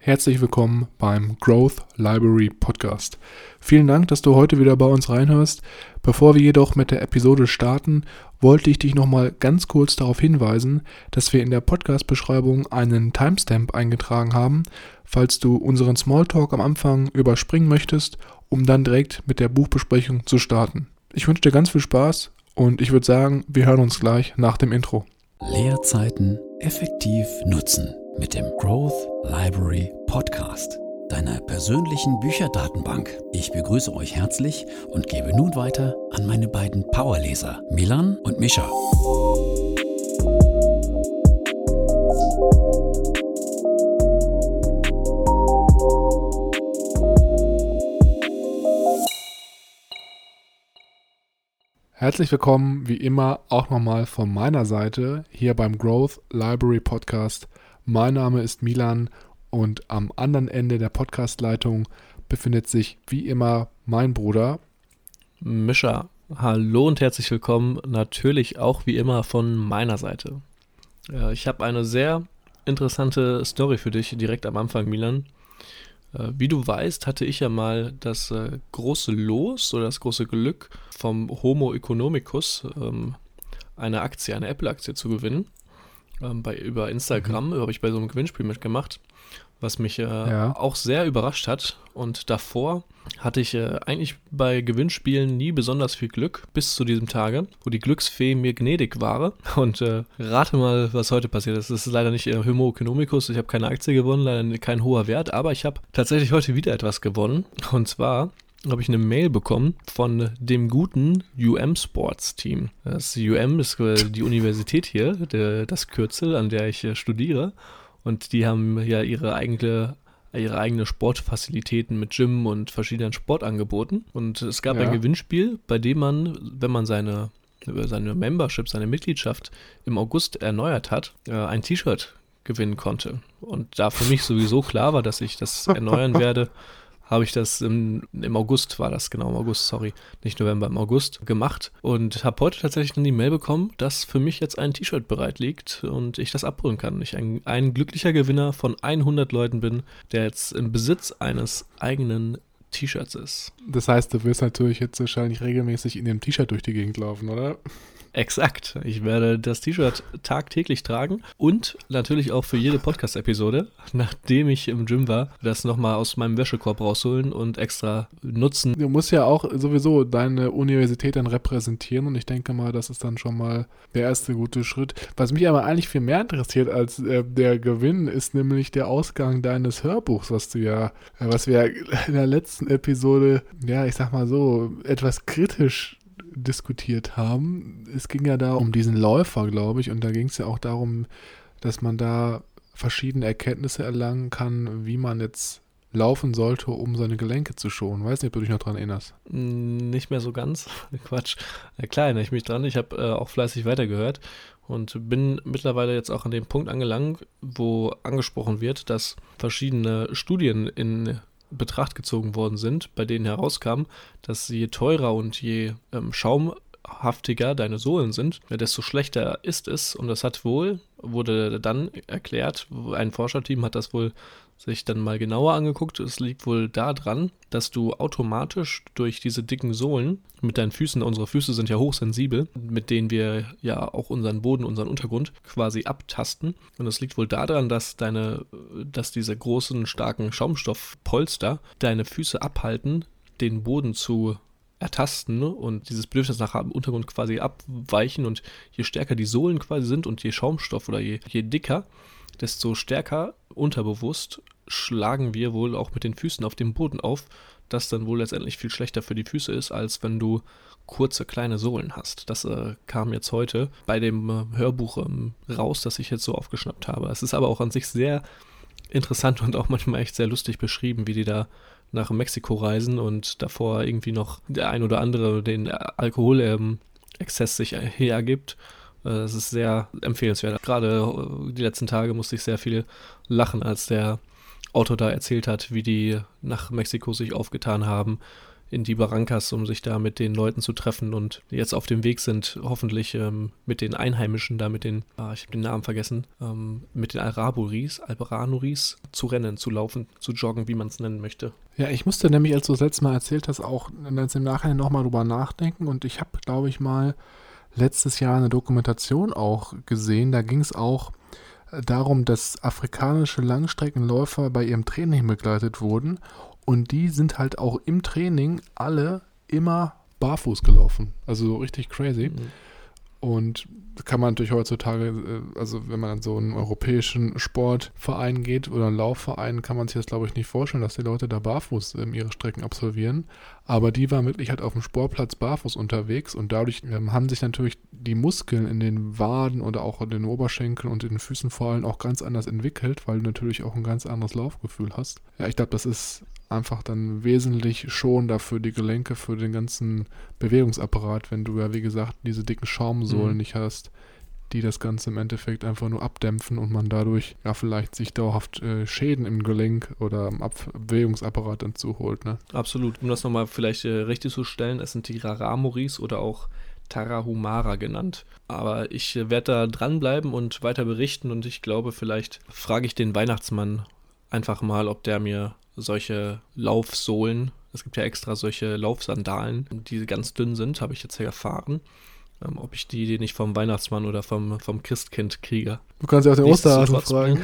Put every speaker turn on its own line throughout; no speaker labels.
Herzlich willkommen beim Growth Library Podcast. Vielen Dank, dass du heute wieder bei uns reinhörst. Bevor wir jedoch mit der Episode starten, wollte ich dich nochmal ganz kurz darauf hinweisen, dass wir in der Podcast-Beschreibung einen Timestamp eingetragen haben, falls du unseren Smalltalk am Anfang überspringen möchtest, um dann direkt mit der Buchbesprechung zu starten. Ich wünsche dir ganz viel Spaß und ich würde sagen, wir hören uns gleich nach dem Intro.
Leerzeiten effektiv nutzen mit dem Growth Library Podcast, deiner persönlichen Bücherdatenbank. Ich begrüße euch herzlich und gebe nun weiter an meine beiden Powerleser, Milan und Mischa.
Herzlich willkommen, wie immer, auch nochmal von meiner Seite hier beim Growth Library Podcast. Mein Name ist Milan und am anderen Ende der Podcastleitung befindet sich wie immer mein Bruder
Mischa. Hallo und herzlich willkommen, natürlich auch wie immer von meiner Seite. Ich habe eine sehr interessante Story für dich direkt am Anfang, Milan. Wie du weißt, hatte ich ja mal das große Los oder das große Glück vom Homo economicus, eine Apple-Aktie zu gewinnen. Über Instagram habe ich bei so einem Gewinnspiel mitgemacht, was mich auch sehr überrascht hat. Und davor hatte ich eigentlich bei Gewinnspielen nie besonders viel Glück, bis zu diesem Tage, wo die Glücksfee mir gnädig war. Und rate mal, was heute passiert ist. Es ist leider nicht Homo economicus, ich habe keine Aktie gewonnen, leider kein hoher Wert, aber ich habe tatsächlich heute wieder etwas gewonnen. Und zwar habe ich eine Mail bekommen von dem guten Sports Team. Das UM ist die Universität hier, das Kürzel, an der ich studiere. Und die haben ja ihre eigene Sportfazilitäten mit Gym und verschiedenen Sportangeboten. Und es gab ein Gewinnspiel, bei dem man, wenn man seine Membership, seine Mitgliedschaft im August erneuert hat, ein T-Shirt gewinnen konnte. Und da für mich sowieso klar war, dass ich das erneuern werde, habe ich das im August, nicht November, im August gemacht und habe heute tatsächlich dann die Mail bekommen, dass für mich jetzt ein T-Shirt bereit liegt und ich das abholen kann. Ich ein glücklicher Gewinner von 100 Leuten bin, der jetzt im Besitz eines eigenen T-Shirts ist.
Das heißt, du wirst natürlich jetzt wahrscheinlich regelmäßig in dem T-Shirt durch die Gegend laufen, oder?
Exakt. Ich werde das T-Shirt tagtäglich tragen und natürlich auch für jede Podcast-Episode, nachdem ich im Gym war, das nochmal aus meinem Wäschekorb rausholen und extra nutzen.
Du musst ja auch sowieso deine Universität dann repräsentieren und ich denke mal, das ist dann schon mal der erste gute Schritt. Was mich aber eigentlich viel mehr interessiert als der Gewinn, ist nämlich der Ausgang deines Hörbuchs, was wir in der letzten Episode, ich sag mal so, etwas kritisch diskutiert haben. Es ging ja da um diesen Läufer, glaube ich, und da ging es ja auch darum, dass man da verschiedene Erkenntnisse erlangen kann, wie man jetzt laufen sollte, um seine Gelenke zu schonen. Weiß nicht, ob du dich noch dran erinnerst.
Nicht mehr so ganz. Quatsch. Klar erinnere ich mich dran. Ich habe auch fleißig weitergehört und bin mittlerweile jetzt auch an dem Punkt angelangt, wo angesprochen wird, dass verschiedene Studien in Betracht gezogen worden sind, bei denen herauskam, dass je teurer und je schaumhaftiger deine Sohlen sind, desto schlechter ist es. Und das wurde dann erklärt, ein Forscherteam hat das wohl sich dann mal genauer angeguckt. Es liegt wohl daran, dass du automatisch durch diese dicken Sohlen mit deinen Füßen, unsere Füße sind ja hochsensibel, mit denen wir ja auch unseren Boden, unseren Untergrund quasi abtasten. Und es liegt wohl daran, dass diese großen, starken Schaumstoffpolster deine Füße abhalten, den Boden zu ertasten und dieses Bedürfnis nach Untergrund quasi abweichen. Und je stärker die Sohlen quasi sind und je Schaumstoff oder je dicker, desto stärker unterbewusst schlagen wir wohl auch mit den Füßen auf dem Boden auf, das dann wohl letztendlich viel schlechter für die Füße ist, als wenn du kurze, kleine Sohlen hast. Das kam jetzt heute bei dem Hörbuch raus, das ich jetzt so aufgeschnappt habe. Es ist aber auch an sich sehr interessant und auch manchmal echt sehr lustig beschrieben, wie die da nach Mexiko reisen und davor irgendwie noch der ein oder andere den Alkoholexzess sich hergibt. Es ist sehr empfehlenswert. Gerade die letzten Tage musste ich sehr viel lachen, als der Autor da erzählt hat, wie die nach Mexiko sich aufgetan haben, in die Barrancas, um sich da mit den Leuten zu treffen und jetzt auf dem Weg sind, hoffentlich mit den Einheimischen, da mit den, ich habe den Namen vergessen, mit den Alberanuris zu rennen, zu laufen, zu joggen, wie man es nennen möchte.
Ja, ich musste nämlich, als du das letzte Mal erzählt hast, auch jetzt im Nachhinein nochmal drüber nachdenken und ich habe, glaube ich, mal letztes Jahr eine Dokumentation auch gesehen, da ging es auch darum, dass afrikanische Langstreckenläufer bei ihrem Training begleitet wurden und die sind halt auch im Training alle immer barfuß gelaufen. Also so richtig crazy.
Mhm.
Und kann man natürlich heutzutage, also wenn man an so einen europäischen Sportverein geht oder einen Laufverein, kann man sich das, glaube ich, nicht vorstellen, dass die Leute da barfuß ihre Strecken absolvieren. Aber die waren wirklich halt auf dem Sportplatz barfuß unterwegs und dadurch haben sich natürlich die Muskeln in den Waden oder auch in den Oberschenkeln und in den Füßen vor allem auch ganz anders entwickelt, weil du natürlich auch ein ganz anderes Laufgefühl hast. Ja, ich glaube, das ist einfach dann wesentlich schonender für die Gelenke, für den ganzen Bewegungsapparat, wenn du ja, wie gesagt, diese dicken Schaumsohlen nicht hast, die das Ganze im Endeffekt einfach nur abdämpfen und man dadurch ja vielleicht sich dauerhaft Schäden im Gelenk oder im Bewegungsapparat dann zuholt. Ne?
Absolut. Um das nochmal vielleicht richtig zu stellen, es sind die Raramoris oder auch Tarahumara genannt. Aber ich werde da dranbleiben und weiter berichten und ich glaube, vielleicht frage ich den Weihnachtsmann einfach mal, ob der mir solche Laufsohlen, es gibt ja extra solche Laufsandalen, die ganz dünn sind, habe ich jetzt erfahren, ob ich die nicht vom Weihnachtsmann oder vom Christkind kriege.
Du kannst ja auch den Osterhasen fragen.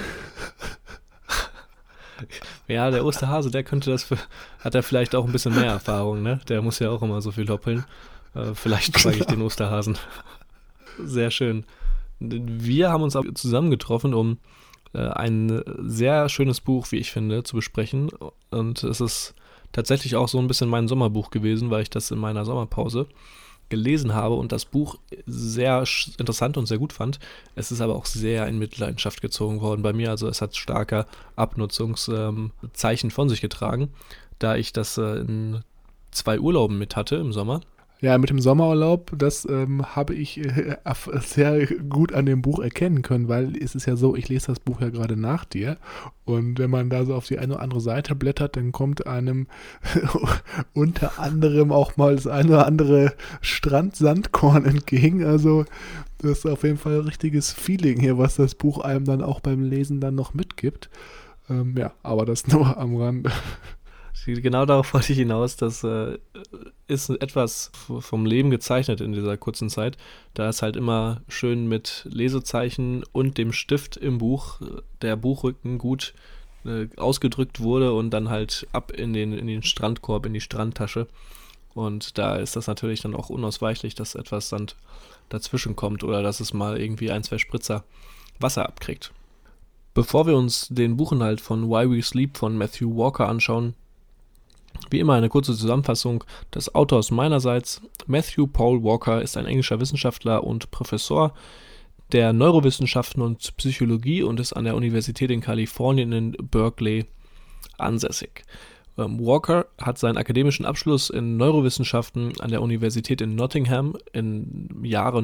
Ja, der Osterhase, der könnte hat er vielleicht auch ein bisschen mehr Erfahrung, ne? Der muss ja auch immer so viel hoppeln. Vielleicht frage ich den Osterhasen. Sehr schön. Wir haben uns zusammengetroffen, um ein sehr schönes Buch, wie ich finde, zu besprechen. Und es ist tatsächlich auch so ein bisschen mein Sommerbuch gewesen, weil ich das in meiner Sommerpause gelesen habe und das Buch sehr interessant und sehr gut fand. Es ist aber auch sehr in Mitleidenschaft gezogen worden bei mir. Also es hat starke Abnutzungszeichen von sich getragen, da ich das in 2 Urlauben mit hatte im Sommer.
Ja, mit dem Sommerurlaub, das habe ich sehr gut an dem Buch erkennen können, weil es ist ja so, ich lese das Buch ja gerade nach dir und wenn man da so auf die eine oder andere Seite blättert, dann kommt einem unter anderem auch mal das eine oder andere Strandsandkorn entgegen, also das ist auf jeden Fall ein richtiges Feeling hier, was das Buch einem dann auch beim Lesen dann noch mitgibt. Ja, aber das nur am Rande.
Genau darauf wollte ich hinaus, das ist etwas vom Leben gezeichnet in dieser kurzen Zeit, da es halt immer schön mit Lesezeichen und dem Stift im Buch, der Buchrücken gut ausgedrückt wurde und dann halt ab in den Strandkorb, in die Strandtasche. Und da ist das natürlich dann auch unausweichlich, dass etwas Sand dazwischen kommt oder dass es mal irgendwie 1, 2 Spritzer Wasser abkriegt. Bevor wir uns den Buchinhalt von Why We Sleep von Matthew Walker anschauen, wie immer eine kurze Zusammenfassung des Autors meinerseits. Matthew Paul Walker ist ein englischer Wissenschaftler und Professor der Neurowissenschaften und Psychologie und ist an der Universität in Kalifornien in Berkeley ansässig. Walker hat seinen akademischen Abschluss in Neurowissenschaften an der Universität in Nottingham im Jahre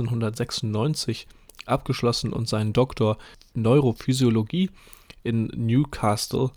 1996 abgeschlossen und seinen Doktor Neurophysiologie in Newcastle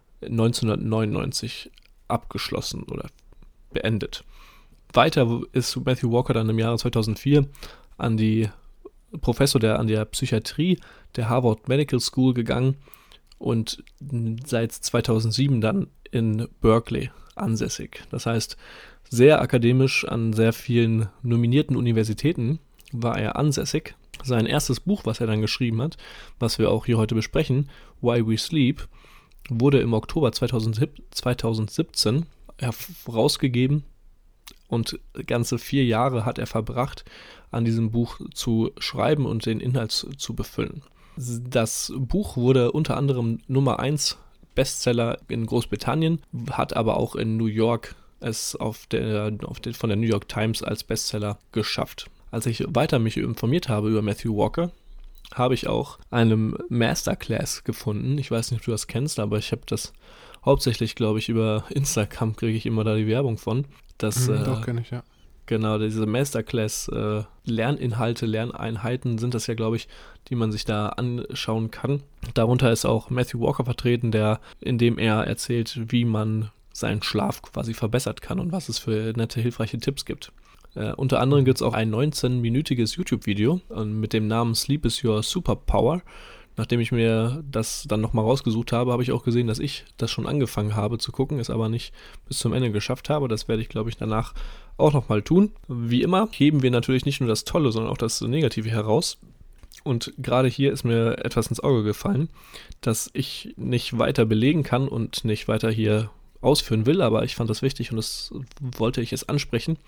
1999 abgeschlossen oder beendet. Weiter ist Matthew Walker dann im Jahre 2004 an der Psychiatrie der Harvard Medical School gegangen und seit 2007 dann in Berkeley ansässig. Das heißt, sehr akademisch an sehr vielen nominierten Universitäten war er ansässig. Sein erstes Buch, was er dann geschrieben hat, was wir auch hier heute besprechen, Why We Sleep, wurde im Oktober 2017 herausgegeben und ganze 4 Jahre hat er verbracht, an diesem Buch zu schreiben und den Inhalt zu befüllen. Das Buch wurde unter anderem Nummer 1 Bestseller in Großbritannien, hat aber auch in New York es von der New York Times als Bestseller geschafft. Als ich weiter mich informiert habe über Matthew Walker, habe ich auch eine Masterclass gefunden. Ich weiß nicht, ob du das kennst, aber ich habe das hauptsächlich, glaube ich, über Instagram kriege ich immer da die Werbung von.
Doch, kenne ich, ja.
Genau, diese Masterclass Lerninhalte, Lerneinheiten sind das ja, glaube ich, die man sich da anschauen kann. Darunter ist auch Matthew Walker vertreten, in dem er erzählt, wie man seinen Schlaf quasi verbessert kann und was es für nette, hilfreiche Tipps gibt. Unter anderem gibt es auch ein 19-minütiges YouTube-Video mit dem Namen Sleep is Your Superpower. Nachdem ich mir das dann nochmal rausgesucht habe, habe ich auch gesehen, dass ich das schon angefangen habe zu gucken, es aber nicht bis zum Ende geschafft habe. Das werde ich, glaube ich, danach auch nochmal tun. Wie immer heben wir natürlich nicht nur das Tolle, sondern auch das Negative heraus. Und gerade hier ist mir etwas ins Auge gefallen, das ich nicht weiter belegen kann und nicht weiter hier ausführen will, aber ich fand das wichtig und das wollte ich es ansprechen.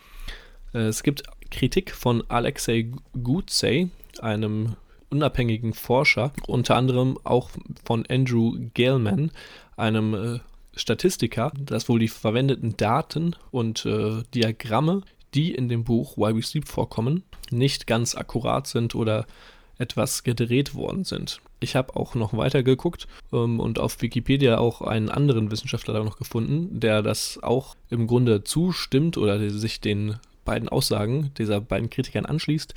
Es gibt Kritik von Alexei Gutsey, einem unabhängigen Forscher, unter anderem auch von Andrew Gell-Mann, einem Statistiker, dass wohl die verwendeten Daten und Diagramme, die in dem Buch Why We Sleep vorkommen, nicht ganz akkurat sind oder etwas gedreht worden sind. Ich habe auch noch weiter geguckt und auf Wikipedia auch einen anderen Wissenschaftler noch gefunden, der das auch im Grunde zustimmt oder sich den beiden Aussagen dieser beiden Kritikern anschließt,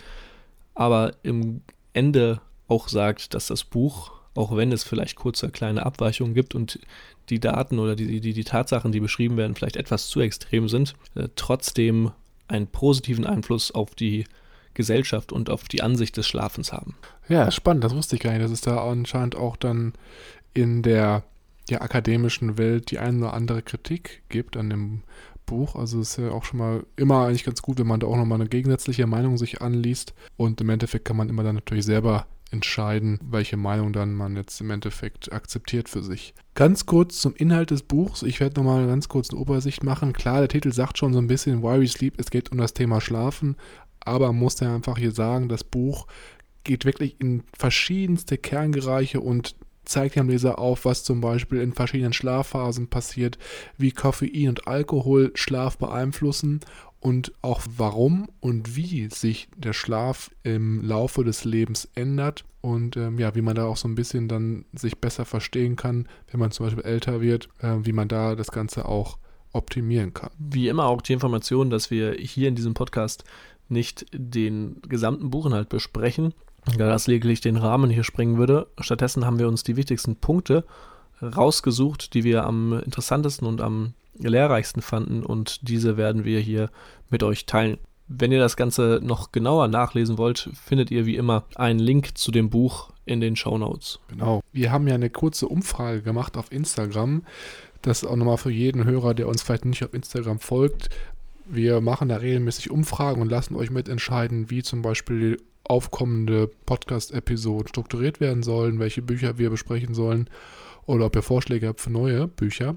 aber im Ende auch sagt, dass das Buch, auch wenn es vielleicht kurze kleine Abweichungen gibt und die Daten oder die Tatsachen, die beschrieben werden, vielleicht etwas zu extrem sind, trotzdem einen positiven Einfluss auf die Gesellschaft und auf die Ansicht des Schlafens haben.
Ja, spannend, das wusste ich gar nicht, dass es da anscheinend auch dann in der akademischen Welt die eine oder andere Kritik gibt an dem Buch. Also es ist ja auch schon mal immer eigentlich ganz gut, wenn man da auch nochmal eine gegensätzliche Meinung sich anliest und im Endeffekt kann man immer dann natürlich selber entscheiden, welche Meinung dann man jetzt im Endeffekt akzeptiert für sich. Ganz kurz zum Inhalt des Buchs. Ich werde nochmal ganz kurz eine Übersicht machen. Klar, der Titel sagt schon so ein bisschen Why We Sleep, es geht um das Thema Schlafen, aber man muss ja einfach hier sagen, das Buch geht wirklich in verschiedenste Kernbereiche und zeigt dem Leser auf, was zum Beispiel in verschiedenen Schlafphasen passiert, wie Koffein und Alkohol Schlaf beeinflussen und auch warum und wie sich der Schlaf im Laufe des Lebens ändert und wie man da auch so ein bisschen dann sich besser verstehen kann, wenn man zum Beispiel älter wird, wie man da das Ganze auch optimieren kann.
Wie immer auch die Information, dass wir hier in diesem Podcast nicht den gesamten Buchinhalt besprechen, da das lediglich den Rahmen hier sprengen würde. Stattdessen haben wir uns die wichtigsten Punkte rausgesucht, die wir am interessantesten und am lehrreichsten fanden und diese werden wir hier mit euch teilen. Wenn ihr das Ganze noch genauer nachlesen wollt, findet ihr wie immer einen Link zu dem Buch in den Shownotes.
Genau. Wir haben ja eine kurze Umfrage gemacht auf Instagram. Das ist auch nochmal für jeden Hörer, der uns vielleicht nicht auf Instagram folgt. Wir machen da regelmäßig Umfragen und lassen euch mitentscheiden, wie zum Beispiel die aufkommende Podcast-Episoden strukturiert werden sollen, welche Bücher wir besprechen sollen oder ob ihr Vorschläge habt für neue Bücher.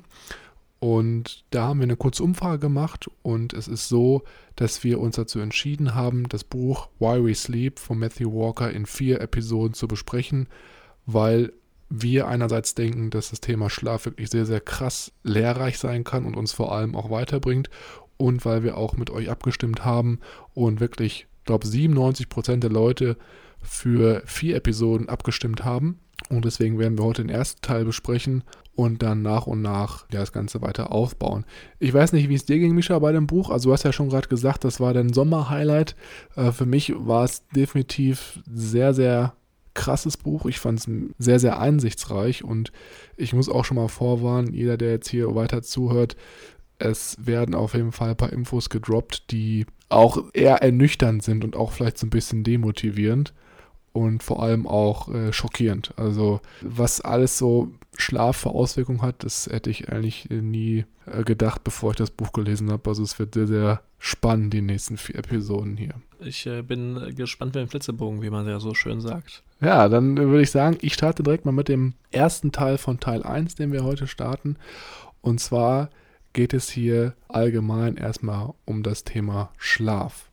Und da haben wir eine kurze Umfrage gemacht und es ist so, dass wir uns dazu entschieden haben, das Buch Why We Sleep von Matthew Walker in 4 Episoden zu besprechen, weil wir einerseits denken, dass das Thema Schlaf wirklich sehr, sehr krass lehrreich sein kann und uns vor allem auch weiterbringt und weil wir auch mit euch abgestimmt haben und wirklich, ich glaube, 97% der Leute für 4 Episoden abgestimmt haben. Und deswegen werden wir heute den ersten Teil besprechen und dann nach und nach das Ganze weiter aufbauen. Ich weiß nicht, wie es dir ging, Mischa, bei dem Buch. Also du hast ja schon gerade gesagt, das war dein Sommer-Highlight. Für mich war es definitiv sehr, sehr krasses Buch. Ich fand es sehr, sehr einsichtsreich und ich muss auch schon mal vorwarnen, jeder, der jetzt hier weiter zuhört, es werden auf jeden Fall ein paar Infos gedroppt, die auch eher ernüchternd sind und auch vielleicht so ein bisschen demotivierend und vor allem auch schockierend. Also was alles so Schlaf für Auswirkungen hat, das hätte ich eigentlich nie gedacht, bevor ich das Buch gelesen habe. Also es wird sehr, sehr spannend, die nächsten 4 Episoden hier.
Ich bin gespannt wie ein Flitzebogen, wie man ja so schön sagt.
Ja, dann würde ich sagen, ich starte direkt mal mit dem ersten Teil von Teil 1, den wir heute starten. Und zwar geht es hier allgemein erstmal um das Thema Schlaf.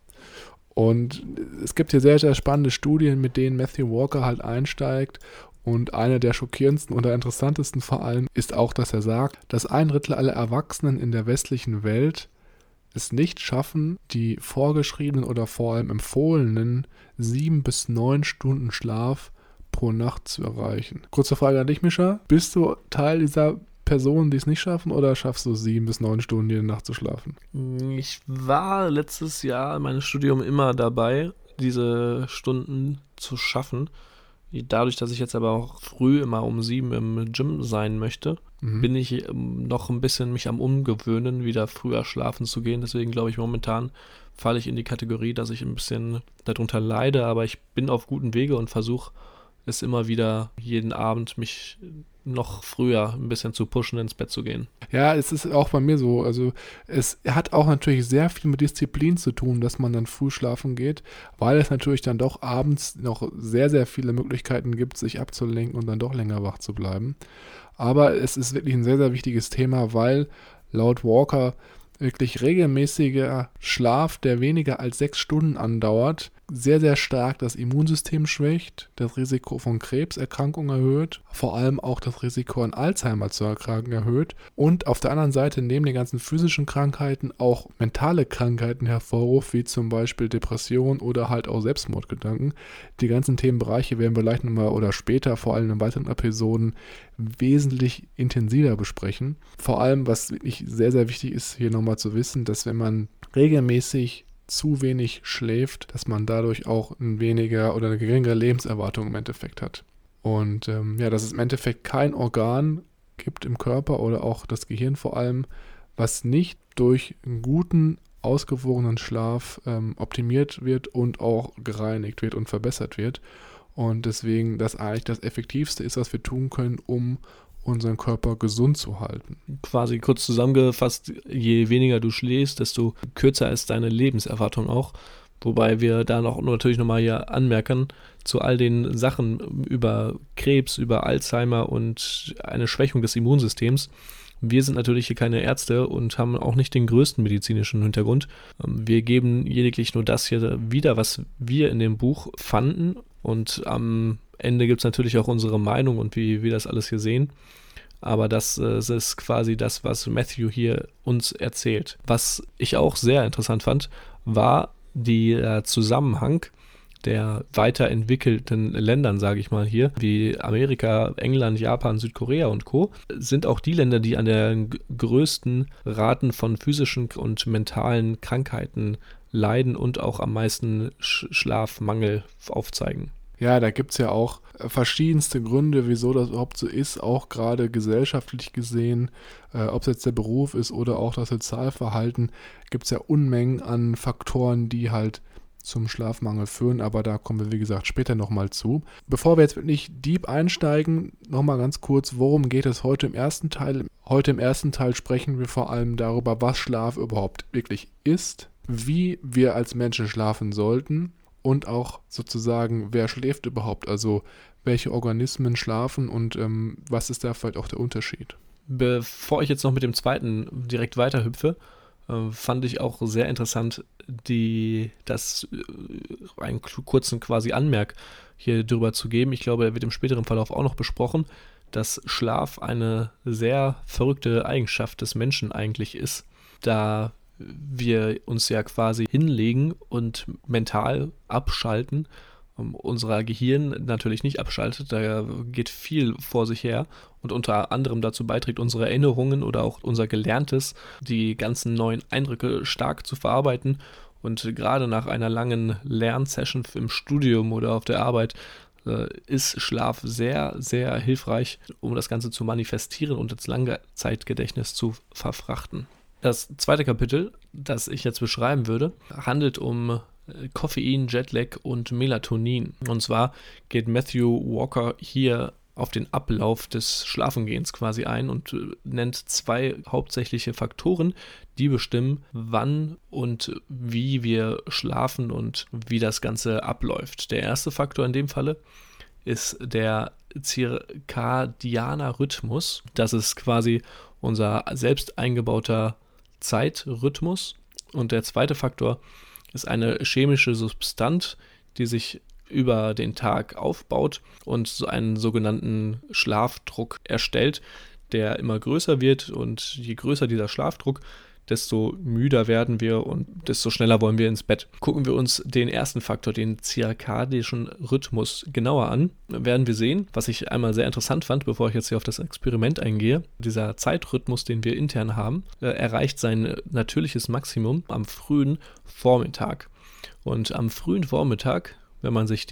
Und es gibt hier sehr, sehr spannende Studien, mit denen Matthew Walker halt einsteigt. Und eine der schockierendsten oder interessantesten vor allem ist auch, dass er sagt, dass 1/3 aller Erwachsenen in der westlichen Welt es nicht schaffen, die vorgeschriebenen oder vor allem empfohlenen 7 bis 9 Stunden Schlaf pro Nacht zu erreichen. Kurze Frage an dich, Mischa. Bist du Teil dieser Personen, die es nicht schaffen, oder schaffst du 7 bis 9 Stunden jede Nacht zu schlafen?
Ich war letztes Jahr in meinem Studium immer dabei, diese Stunden zu schaffen. Dadurch, dass ich jetzt aber auch früh immer um 7 im Gym sein möchte, bin ich noch ein bisschen mich am Umgewöhnen, wieder früher schlafen zu gehen. Deswegen glaube ich, momentan falle ich in die Kategorie, dass ich ein bisschen darunter leide, aber ich bin auf gutem Wege und versuche es immer wieder jeden Abend mich noch früher ein bisschen zu pushen, ins Bett zu gehen.
Ja, es ist auch bei mir so. Also es hat auch natürlich sehr viel mit Disziplin zu tun, dass man dann früh schlafen geht, weil es natürlich dann doch abends noch sehr, sehr viele Möglichkeiten gibt, sich abzulenken und dann doch länger wach zu bleiben. Aber es ist wirklich ein sehr, sehr wichtiges Thema, weil laut Walker wirklich regelmäßiger Schlaf, der weniger als 6 Stunden andauert, sehr, sehr stark das Immunsystem schwächt, das Risiko von Krebserkrankungen erhöht, vor allem auch das Risiko an Alzheimer zu erkranken erhöht und auf der anderen Seite neben den ganzen physischen Krankheiten auch mentale Krankheiten hervorruft, wie zum Beispiel Depression oder halt auch Selbstmordgedanken. Die ganzen Themenbereiche werden wir gleich nochmal oder später, vor allem in weiteren Episoden, wesentlich intensiver besprechen. Vor allem, was wirklich sehr, sehr wichtig ist, hier nochmal zu wissen, dass wenn man regelmäßig zu wenig schläft, dass man dadurch auch ein weniger oder eine geringere Lebenserwartung im Endeffekt hat. Und dass es im Endeffekt kein Organ gibt im Körper oder auch das Gehirn vor allem, was nicht durch einen guten, ausgewogenen Schlaf optimiert wird und auch gereinigt wird und verbessert wird. Und deswegen das eigentlich das Effektivste ist, was wir tun können, um unseren Körper gesund zu halten.
Quasi kurz zusammengefasst, je weniger du schläfst, desto kürzer ist deine Lebenserwartung auch. Wobei wir da natürlich nochmal hier anmerken, zu all den Sachen über Krebs, über Alzheimer und eine Schwächung des Immunsystems. Wir sind natürlich hier keine Ärzte und haben auch nicht den größten medizinischen Hintergrund. Wir geben lediglich nur das hier wieder, was wir in dem Buch fanden. Und am Ende gibt es natürlich auch unsere Meinung und wie wir das alles hier sehen. Aber das ist quasi das, was Matthew hier uns erzählt. Was ich auch sehr interessant fand, war der Zusammenhang der weiterentwickelten Ländern, sage ich mal hier, wie Amerika, England, Japan, Südkorea und Co., sind auch die Länder, die an der größten Raten von physischen und mentalen Krankheiten leiden und auch am meisten Schlafmangel aufzeigen.
Ja, da gibt es ja auch verschiedenste Gründe, wieso das überhaupt so ist, auch gerade gesellschaftlich gesehen, ob es jetzt der Beruf ist oder auch das Sozialverhalten, gibt es ja Unmengen an Faktoren, die halt zum Schlafmangel führen, aber da kommen wir, wie gesagt, später nochmal zu. Bevor wir jetzt wirklich deep einsteigen, nochmal ganz kurz, worum geht es heute im ersten Teil? Heute im ersten Teil sprechen wir vor allem darüber, was Schlaf überhaupt wirklich ist, wie wir als Menschen schlafen sollten und auch sozusagen, wer schläft überhaupt, also welche Organismen schlafen und was ist da vielleicht auch der Unterschied.
Bevor ich jetzt noch mit dem zweiten direkt weiterhüpfe, fand ich auch sehr interessant, einen kurzen quasi Anmerk hier drüber zu geben. Ich glaube, er wird im späteren Verlauf auch noch besprochen, dass Schlaf eine sehr verrückte Eigenschaft des Menschen eigentlich ist, da wir uns ja quasi hinlegen und mental abschalten, unser Gehirn natürlich nicht abschaltet, da geht viel vor sich her und unter anderem dazu beiträgt, unsere Erinnerungen oder auch unser Gelerntes, die ganzen neuen Eindrücke stark zu verarbeiten. Und gerade nach einer langen Lernsession im Studium oder auf der Arbeit ist Schlaf sehr, sehr hilfreich, um das Ganze zu manifestieren und ins Langzeitgedächtnis zu verfrachten. Das zweite Kapitel, das ich jetzt beschreiben würde, handelt um Koffein, Jetlag und Melatonin. Und zwar geht Matthew Walker hier auf den Ablauf des Schlafengehens quasi ein und nennt 2 hauptsächliche Faktoren, die bestimmen, wann und wie wir schlafen und wie das Ganze abläuft. Der erste Faktor in dem Falle ist der zirkadianer Rhythmus. Das ist quasi unser selbst eingebauter Zeitrhythmus. Und der zweite Faktor ist eine chemische Substanz, die sich über den Tag aufbaut und so einen sogenannten Schlafdruck erstellt, der immer größer wird, und je größer dieser Schlafdruck, desto müder werden wir und desto schneller wollen wir ins Bett. Gucken wir uns den ersten Faktor, den zirkadischen Rhythmus, genauer an, werden wir sehen, was ich einmal sehr interessant fand, bevor ich jetzt hier auf das Experiment eingehe. Dieser Zeitrhythmus, den wir intern haben, erreicht sein natürliches Maximum am frühen Vormittag. Und am frühen Vormittag, wenn man sich die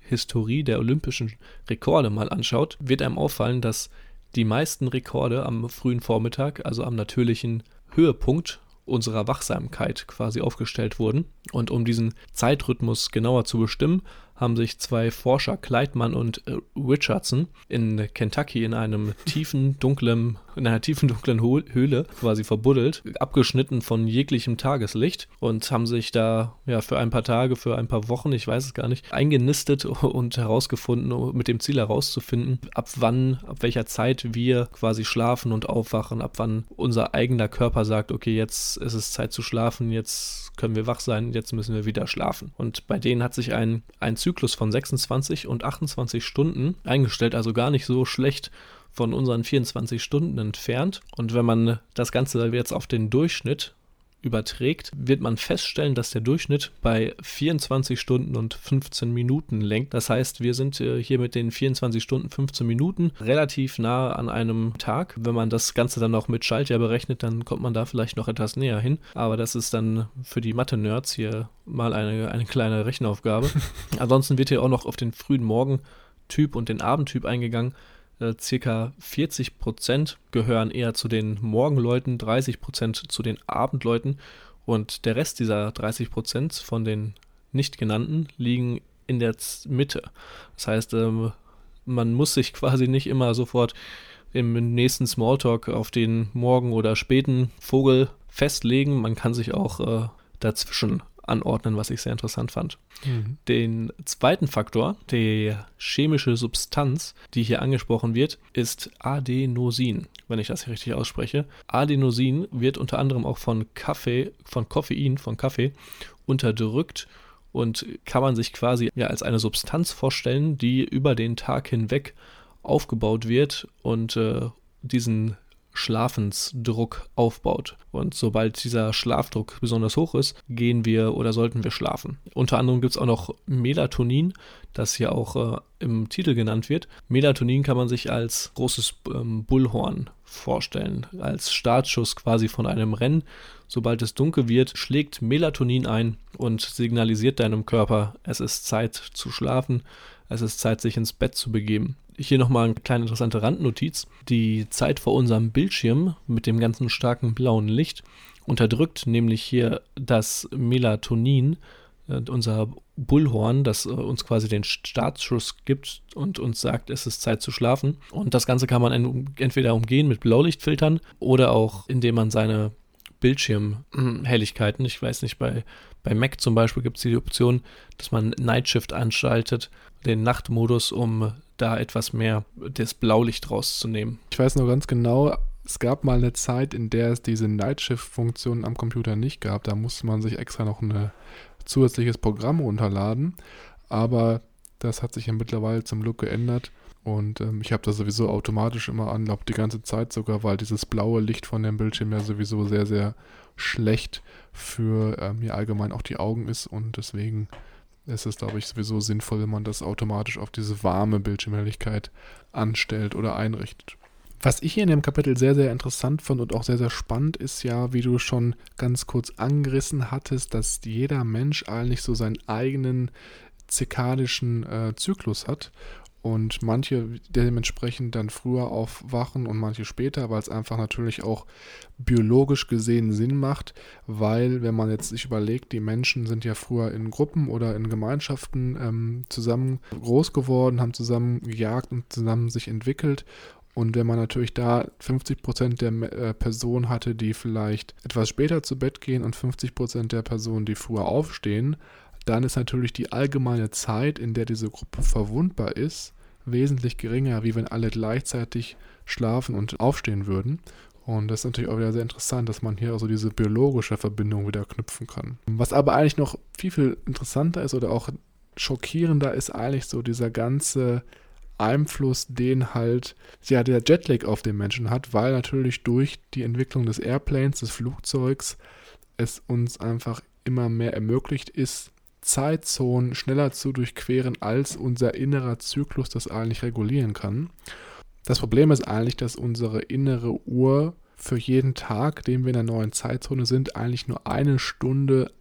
Historie der olympischen Rekorde mal anschaut, wird einem auffallen, dass die meisten Rekorde am frühen Vormittag, also am natürlichen Höhepunkt unserer Wachsamkeit quasi aufgestellt wurden. Und um diesen Zeitrhythmus genauer zu bestimmen, haben sich zwei Forscher, Kleitman und Richardson, in Kentucky in einer tiefen, dunklen Höhle quasi verbuddelt, abgeschnitten von jeglichem Tageslicht und haben sich da für ein paar Tage, für ein paar Wochen, ich weiß es gar nicht, eingenistet und herausgefunden, mit dem Ziel herauszufinden, ab welcher Zeit wir quasi schlafen und aufwachen, ab wann unser eigener Körper sagt, okay, jetzt ist es Zeit zu schlafen, jetzt können wir wach sein, jetzt müssen wir wieder schlafen. Und bei denen hat sich ein Zyklus von 26 und 28 Stunden eingestellt, also gar nicht so schlecht von unseren 24 Stunden entfernt. Und wenn man das Ganze jetzt auf den Durchschnitt überträgt, wird man feststellen, dass der Durchschnitt bei 24 Stunden und 15 Minuten lenkt. Das heißt, wir sind hier mit den 24 Stunden, 15 Minuten relativ nah an einem Tag. Wenn man das Ganze dann noch mit Schaltjahr berechnet, dann kommt man da vielleicht noch etwas näher hin. Aber das ist dann für die Mathe-Nerds hier mal eine kleine Rechenaufgabe. Ansonsten wird hier auch noch auf den frühen Morgentyp und den Abendtyp eingegangen. Circa 40% gehören eher zu den Morgenleuten, 30% zu den Abendleuten und der Rest dieser 30% von den nicht genannten liegen in der Mitte. Das heißt, man muss sich quasi nicht immer sofort im nächsten Smalltalk auf den Morgen- oder späten Vogel festlegen. Man kann sich auch dazwischen anordnen, was ich sehr interessant fand. Den zweiten Faktor, die chemische Substanz, die hier angesprochen wird, ist Adenosin, wenn ich das richtig ausspreche. Adenosin wird unter anderem auch von Kaffee unterdrückt und kann man sich quasi als eine Substanz vorstellen, die über den Tag hinweg aufgebaut wird und diesen Schlafensdruck aufbaut. Und sobald dieser Schlafdruck besonders hoch ist, sollten wir schlafen. Unter anderem gibt es auch noch Melatonin, das hier auch im Titel genannt wird. Melatonin kann man sich als großes Bullhorn vorstellen, als Startschuss quasi von einem Rennen. Sobald es dunkel wird, schlägt Melatonin ein und signalisiert deinem Körper, es ist Zeit zu schlafen, es ist Zeit, sich ins Bett zu begeben. Hier nochmal eine kleine interessante Randnotiz. Die Zeit vor unserem Bildschirm mit dem ganzen starken blauen Licht unterdrückt nämlich hier das Melatonin, unser Bullhorn, das uns quasi den Startschuss gibt und uns sagt, es ist Zeit zu schlafen. Und das Ganze kann man entweder umgehen mit Blaulichtfiltern oder auch, indem man seine Bildschirmhelligkeiten, ich weiß nicht, bei Mac zum Beispiel gibt es die Option, dass man Nightshift anschaltet, den Nachtmodus, um da etwas mehr das Blaulicht rauszunehmen.
Ich weiß noch ganz genau, es gab mal eine Zeit, in der es diese Nightshift-Funktion am Computer nicht gab. Da musste man sich extra noch ein zusätzliches Programm runterladen. Aber das hat sich ja mittlerweile zum Glück geändert. Und ich habe das sowieso automatisch immer an, glaube die ganze Zeit sogar, weil dieses blaue Licht von dem Bildschirm ja sowieso sehr, sehr schlecht für allgemein auch die Augen ist. Und deswegen ist es, glaube ich, sowieso sinnvoll, wenn man das automatisch auf diese warme Bildschirmhelligkeit anstellt oder einrichtet. Was ich hier in dem Kapitel sehr, sehr interessant fand und auch sehr, sehr spannend ist ja, wie du schon ganz kurz angerissen hattest, dass jeder Mensch eigentlich so seinen eigenen zirkadischen Zyklus hat. Und manche dementsprechend dann früher aufwachen und manche später, weil es einfach natürlich auch biologisch gesehen Sinn macht, weil wenn man jetzt sich überlegt, die Menschen sind ja früher in Gruppen oder in Gemeinschaften zusammen groß geworden, haben zusammen gejagt und zusammen sich entwickelt. Und wenn man natürlich da 50% der Personen hatte, die vielleicht etwas später zu Bett gehen und 50% der Personen, die früher aufstehen, dann ist natürlich die allgemeine Zeit, in der diese Gruppe verwundbar ist, wesentlich geringer, wie wenn alle gleichzeitig schlafen und aufstehen würden. Und das ist natürlich auch wieder sehr interessant, dass man hier also diese biologische Verbindung wieder knüpfen kann. Was aber eigentlich noch viel, viel interessanter ist oder auch schockierender ist eigentlich so dieser ganze Einfluss, den halt der Jetlag auf den Menschen hat, weil natürlich durch die Entwicklung des Airplanes, des Flugzeugs, es uns einfach immer mehr ermöglicht ist, Zeitzonen schneller zu durchqueren, als unser innerer Zyklus das eigentlich regulieren kann. Das Problem ist eigentlich, dass unsere innere Uhr für jeden Tag, den wir in einer neuen Zeitzone sind, eigentlich nur 1 Stunde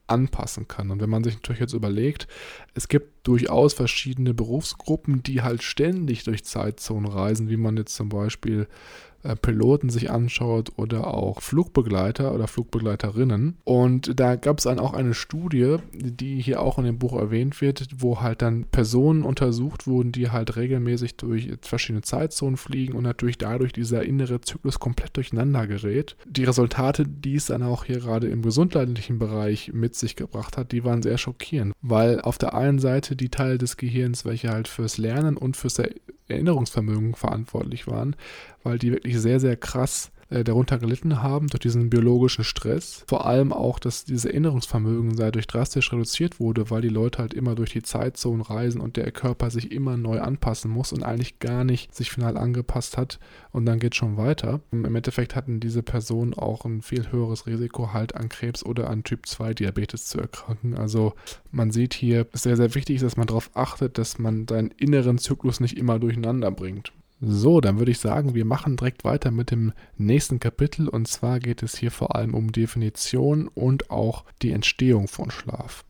anpassen kann. Und wenn man sich natürlich jetzt überlegt, es gibt durchaus verschiedene Berufsgruppen, die halt ständig durch Zeitzonen reisen, wie man jetzt zum Beispiel Piloten sich anschaut oder auch Flugbegleiter oder Flugbegleiterinnen. Und da gab es dann auch eine Studie, die hier auch in dem Buch erwähnt wird, wo halt dann Personen untersucht wurden, die halt regelmäßig durch verschiedene Zeitzonen fliegen und natürlich dadurch dieser innere Zyklus komplett durcheinander gerät. Die Resultate, die es dann auch hier gerade im gesundheitlichen Bereich mit sich gebracht hat, die waren sehr schockierend, weil auf der einen Seite die Teile des Gehirns, welche halt fürs Lernen und fürs Erinnerungsvermögen verantwortlich waren, weil die wirklich sehr, sehr krass darunter gelitten haben durch diesen biologischen Stress. Vor allem auch, dass dieses Erinnerungsvermögen dadurch drastisch reduziert wurde, weil die Leute halt immer durch die Zeitzonen reisen und der Körper sich immer neu anpassen muss und eigentlich gar nicht sich final angepasst hat und dann geht es schon weiter. Im Endeffekt hatten diese Personen auch ein viel höheres Risiko halt an Krebs oder an Typ-2-Diabetes zu erkranken. Also man sieht hier, es ist sehr, sehr wichtig, dass man darauf achtet, dass man seinen inneren Zyklus nicht immer durcheinander bringt. So, dann würde ich sagen, wir machen direkt weiter mit dem nächsten Kapitel und zwar geht es hier vor allem um Definition und auch die Entstehung von Schlaf.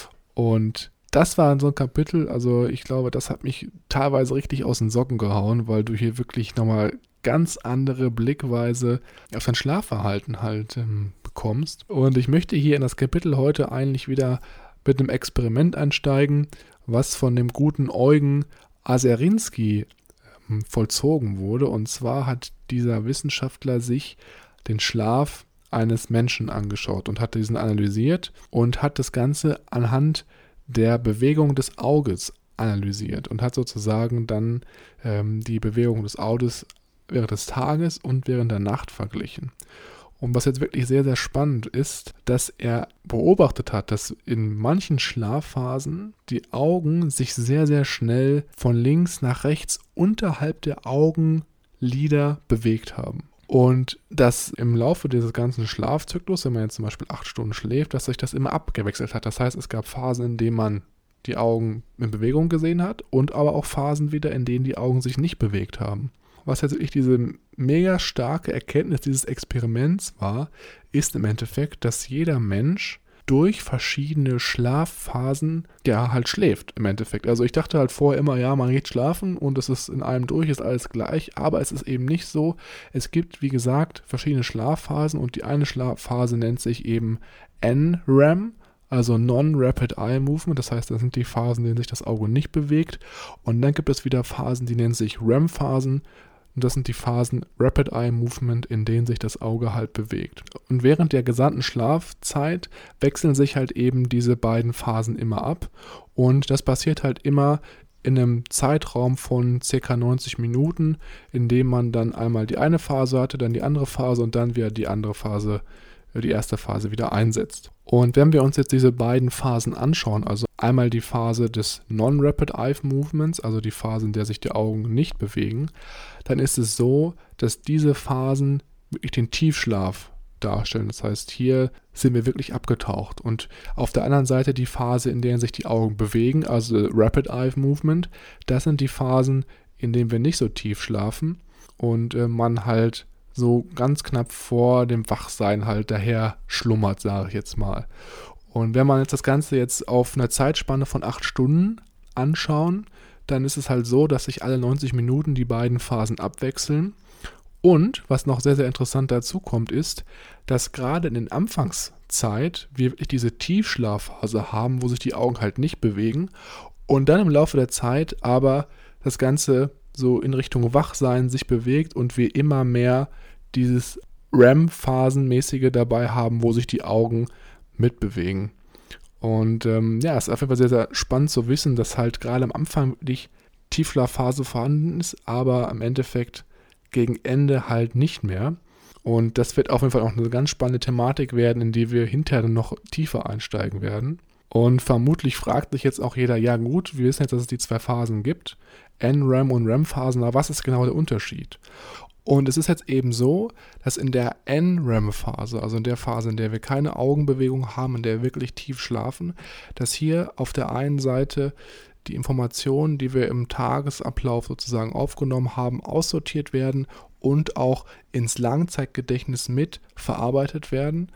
Und das war so ein Kapitel, also ich glaube, das hat mich teilweise richtig aus den Socken gehauen, weil du hier wirklich nochmal ganz andere Blickweise auf dein Schlafverhalten halt bekommst. Und ich möchte hier in das Kapitel heute eigentlich wieder mit einem Experiment einsteigen, was von dem guten Eugen Aserinsky vollzogen wurde. Und zwar hat dieser Wissenschaftler sich den Schlaf eines Menschen angeschaut und hat diesen analysiert und hat das Ganze anhand der Bewegung des Auges analysiert und hat sozusagen dann die Bewegung des Auges während des Tages und während der Nacht verglichen. Und was jetzt wirklich sehr, sehr spannend ist, dass er beobachtet hat, dass in manchen Schlafphasen die Augen sich sehr, sehr schnell von links nach rechts unterhalb der Augenlider bewegt haben. Und dass im Laufe dieses ganzen Schlafzyklus, wenn man jetzt zum Beispiel 8 Stunden schläft, dass sich das immer abgewechselt hat. Das heißt, es gab Phasen, in denen man die Augen in Bewegung gesehen hat und aber auch Phasen wieder, in denen die Augen sich nicht bewegt haben. Was jetzt wirklich diese mega starke Erkenntnis dieses Experiments war, ist im Endeffekt, dass jeder Mensch durch verschiedene Schlafphasen halt schläft im Endeffekt. Also ich dachte halt vorher immer, ja, man geht schlafen und es ist in einem durch, ist alles gleich, aber es ist eben nicht so. Es gibt, wie gesagt, verschiedene Schlafphasen und die eine Schlafphase nennt sich eben NREM, also Non-Rapid Eye Movement, das heißt, das sind die Phasen, in denen sich das Auge nicht bewegt. Und dann gibt es wieder Phasen, die nennen sich REM-Phasen. Und das sind die Phasen Rapid Eye Movement, in denen sich das Auge halt bewegt. Und während der gesamten Schlafzeit wechseln sich halt eben diese beiden Phasen immer ab. Und das passiert halt immer in einem Zeitraum von ca. 90 Minuten, in dem man dann einmal die eine Phase hatte, dann die andere Phase und dann wieder die andere Phase, die erste Phase wieder einsetzt. Und wenn wir uns jetzt diese beiden Phasen anschauen, also einmal die Phase des Non-Rapid Eye Movements, also die Phase, in der sich die Augen nicht bewegen, dann ist es so, dass diese Phasen wirklich den Tiefschlaf darstellen. Das heißt, hier sind wir wirklich abgetaucht. Und auf der anderen Seite die Phase, in der sich die Augen bewegen, also Rapid Eye Movement, das sind die Phasen, in denen wir nicht so tief schlafen und man halt so ganz knapp vor dem Wachsein halt daher schlummert, sage ich jetzt mal. Und wenn man jetzt das Ganze jetzt auf einer Zeitspanne von 8 Stunden anschauen, dann ist es halt so, dass sich alle 90 Minuten die beiden Phasen abwechseln. Und was noch sehr, sehr interessant dazu kommt, ist, dass gerade in der Anfangszeit wir wirklich diese Tiefschlafphase haben, wo sich die Augen halt nicht bewegen. Und dann im Laufe der Zeit aber das Ganze so in Richtung Wachsein sich bewegt und wir immer mehr dieses REM-Phasenmäßige dabei haben, wo sich die Augen mitbewegen. Und es ist auf jeden Fall sehr, sehr spannend zu wissen, dass halt gerade am Anfang wirklich Tiefschlafphase vorhanden ist, aber im Endeffekt gegen Ende halt nicht mehr. Und das wird auf jeden Fall auch eine ganz spannende Thematik werden, in die wir hinterher noch tiefer einsteigen werden. Und vermutlich fragt sich jetzt auch jeder, ja gut, wir wissen jetzt, dass es die 2 Phasen gibt, NREM und REM-Phasen, aber was ist genau der Unterschied? Und es ist jetzt eben so, dass in der NREM-Phase, also in der Phase, in der wir keine Augenbewegung haben, in der wir wirklich tief schlafen, dass hier auf der einen Seite die Informationen, die wir im Tagesablauf sozusagen aufgenommen haben, aussortiert werden und auch ins Langzeitgedächtnis mit verarbeitet werden.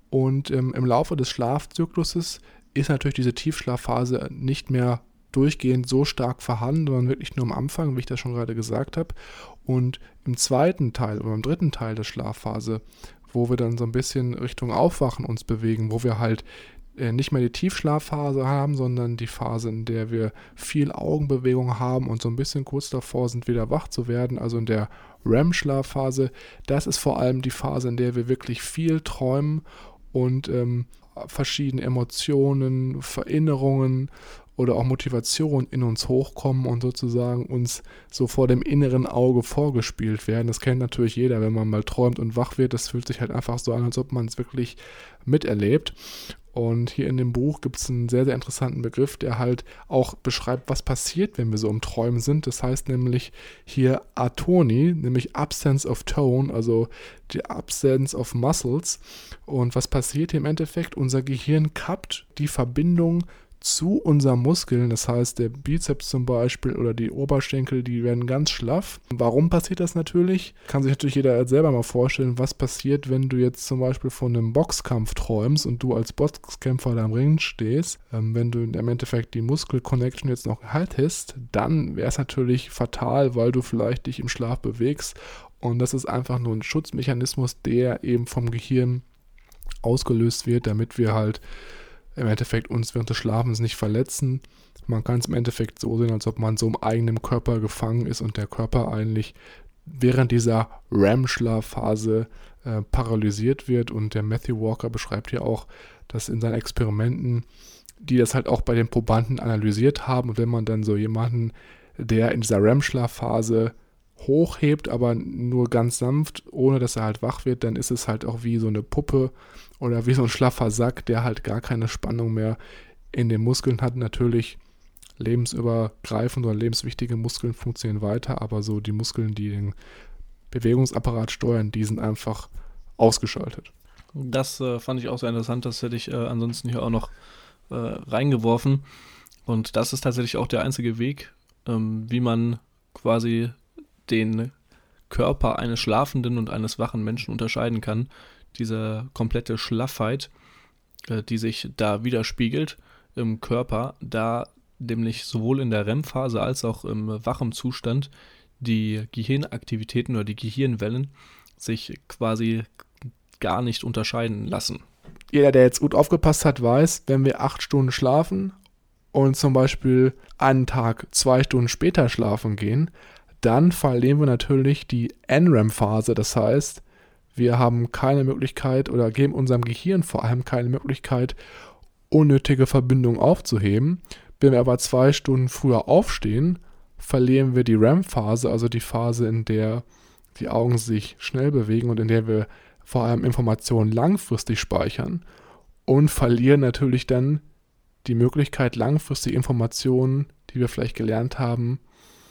Und im Laufe des Schlafzykluses ist natürlich diese Tiefschlafphase nicht mehr durchgehend so stark vorhanden, sondern wirklich nur am Anfang, wie ich das schon gerade gesagt habe. Und im zweiten Teil oder im dritten Teil der Schlafphase, wo wir dann so ein bisschen Richtung Aufwachen uns bewegen, wo wir halt nicht mehr die Tiefschlafphase haben, sondern die Phase, in der wir viel Augenbewegung haben und so ein bisschen kurz davor sind, wieder wach zu werden, also in der REM-Schlafphase. Das ist vor allem die Phase, in der wir wirklich viel träumen und verschiedene Emotionen, Verinnerungen oder auch Motivation in uns hochkommen und sozusagen uns so vor dem inneren Auge vorgespielt werden. Das kennt natürlich jeder, wenn man mal träumt und wach wird. Das fühlt sich halt einfach so an, als ob man es wirklich miterlebt. Und hier in dem Buch gibt es einen sehr, sehr interessanten Begriff, der halt auch beschreibt, was passiert, wenn wir so im Träumen sind. Das heißt nämlich hier Atonie, nämlich Absence of Tone, also die Absence of Muscles. Und was passiert hier im Endeffekt? Unser Gehirn kappt die Verbindung zu unseren Muskeln, das heißt der Bizeps zum Beispiel oder die Oberschenkel, die werden ganz schlaff. Warum passiert das natürlich? Kann sich natürlich jeder selber mal vorstellen, was passiert, wenn du jetzt zum Beispiel von einem Boxkampf träumst und du als Boxkämpfer da am Ring stehst. Wenn du im Endeffekt die Muskel-Connection jetzt noch hättest, dann wäre es natürlich fatal, weil du vielleicht dich im Schlaf bewegst und das ist einfach nur ein Schutzmechanismus, der eben vom Gehirn ausgelöst wird, damit wir halt im Endeffekt uns während des Schlafens nicht verletzen. Man kann es im Endeffekt so sehen, als ob man so im eigenen Körper gefangen ist und der Körper eigentlich während dieser REM-Schlafphase paralysiert wird. Und der Matthew Walker beschreibt hier auch, dass in seinen Experimenten, die das halt auch bei den Probanden analysiert haben, und wenn man dann so jemanden, der in dieser REM-Schlafphase hochhebt, aber nur ganz sanft, ohne dass er halt wach wird, dann ist es halt auch wie so eine Puppe oder wie so ein schlaffer Sack, der halt gar keine Spannung mehr in den Muskeln hat. Natürlich lebensübergreifend oder lebenswichtige Muskeln funktionieren weiter, aber so die Muskeln, die den Bewegungsapparat steuern, die sind einfach ausgeschaltet.
Das fand ich auch sehr interessant, das hätte ich ansonsten hier auch noch reingeworfen. Und das ist tatsächlich auch der einzige Weg, wie man quasi den Körper eines schlafenden und eines wachen Menschen unterscheiden kann. Diese komplette Schlaffheit, die sich da widerspiegelt im Körper, da nämlich sowohl in der REM-Phase als auch im wachen Zustand die Gehirnaktivitäten oder die Gehirnwellen sich quasi gar nicht unterscheiden lassen.
Jeder, der jetzt gut aufgepasst hat, weiß, wenn wir 8 Stunden schlafen und zum Beispiel einen Tag 2 Stunden später schlafen gehen, dann verlieren wir natürlich die NREM-Phase. Das heißt, wir haben keine Möglichkeit oder geben unserem Gehirn vor allem keine Möglichkeit, unnötige Verbindungen aufzuheben. Wenn wir aber 2 Stunden früher aufstehen, verlieren wir die REM-Phase, also die Phase, in der die Augen sich schnell bewegen und in der wir vor allem Informationen langfristig speichern und verlieren natürlich dann die Möglichkeit, langfristig Informationen, die wir vielleicht gelernt haben,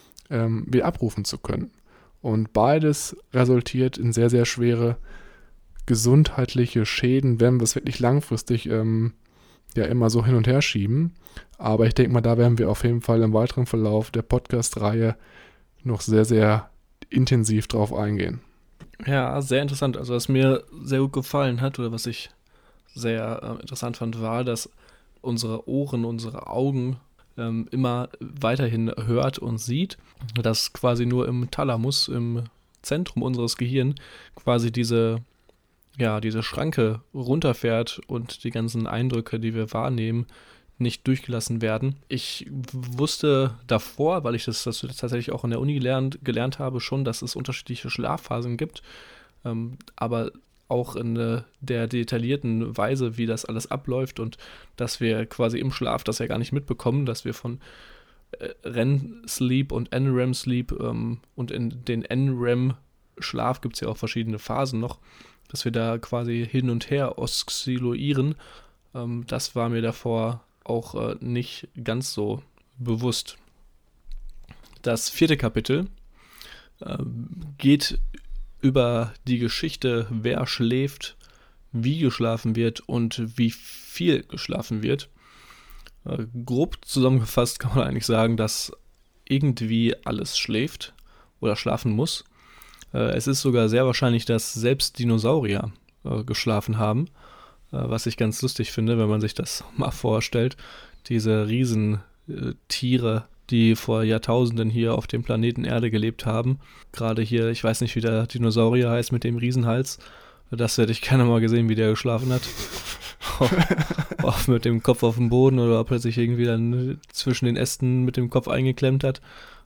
wieder abrufen zu können. Und beides resultiert in sehr, sehr schwere gesundheitliche Schäden, wenn wir es wirklich langfristig immer so hin und her schieben. Aber ich denke mal, da werden wir auf jeden Fall im weiteren Verlauf der Podcast-Reihe noch sehr, sehr intensiv drauf eingehen.
Ja, sehr interessant. Also was mir sehr gut gefallen hat oder was ich sehr interessant fand, war, dass unsere Ohren, unsere Augen immer weiterhin hört und sieht, dass quasi nur im Thalamus, im Zentrum unseres Gehirns, quasi diese Schranke runterfährt und die ganzen Eindrücke, die wir wahrnehmen, nicht durchgelassen werden. Ich wusste davor, weil ich das tatsächlich auch in der Uni gelernt habe, schon, dass es unterschiedliche Schlafphasen gibt, aber auch in der detaillierten Weise, wie das alles abläuft und dass wir quasi im Schlaf das ja gar nicht mitbekommen, dass wir von REM-Sleep und NREM-Sleep und in den NREM-Schlaf gibt es ja auch verschiedene Phasen noch, dass wir da quasi hin und her oszillieren. Das war mir davor auch nicht ganz so bewusst. Das 4. Kapitel geht über die Geschichte, wer schläft, wie geschlafen wird und wie viel geschlafen wird. Grob zusammengefasst kann man eigentlich sagen, dass irgendwie alles schläft oder schlafen muss. Es ist sogar sehr wahrscheinlich, dass selbst Dinosaurier geschlafen haben. was ich ganz lustig finde, wenn man sich das mal vorstellt. Diese Riesentiere, die vor Jahrtausenden hier auf dem Planeten Erde gelebt haben. Gerade hier, ich weiß nicht, wie der Dinosaurier heißt mit dem Riesenhals. Das hätte ich gerne mal gesehen, wie der geschlafen hat. Auch mit dem Kopf auf dem Boden oder ob er sich irgendwie dann zwischen den Ästen mit dem Kopf eingeklemmt hat.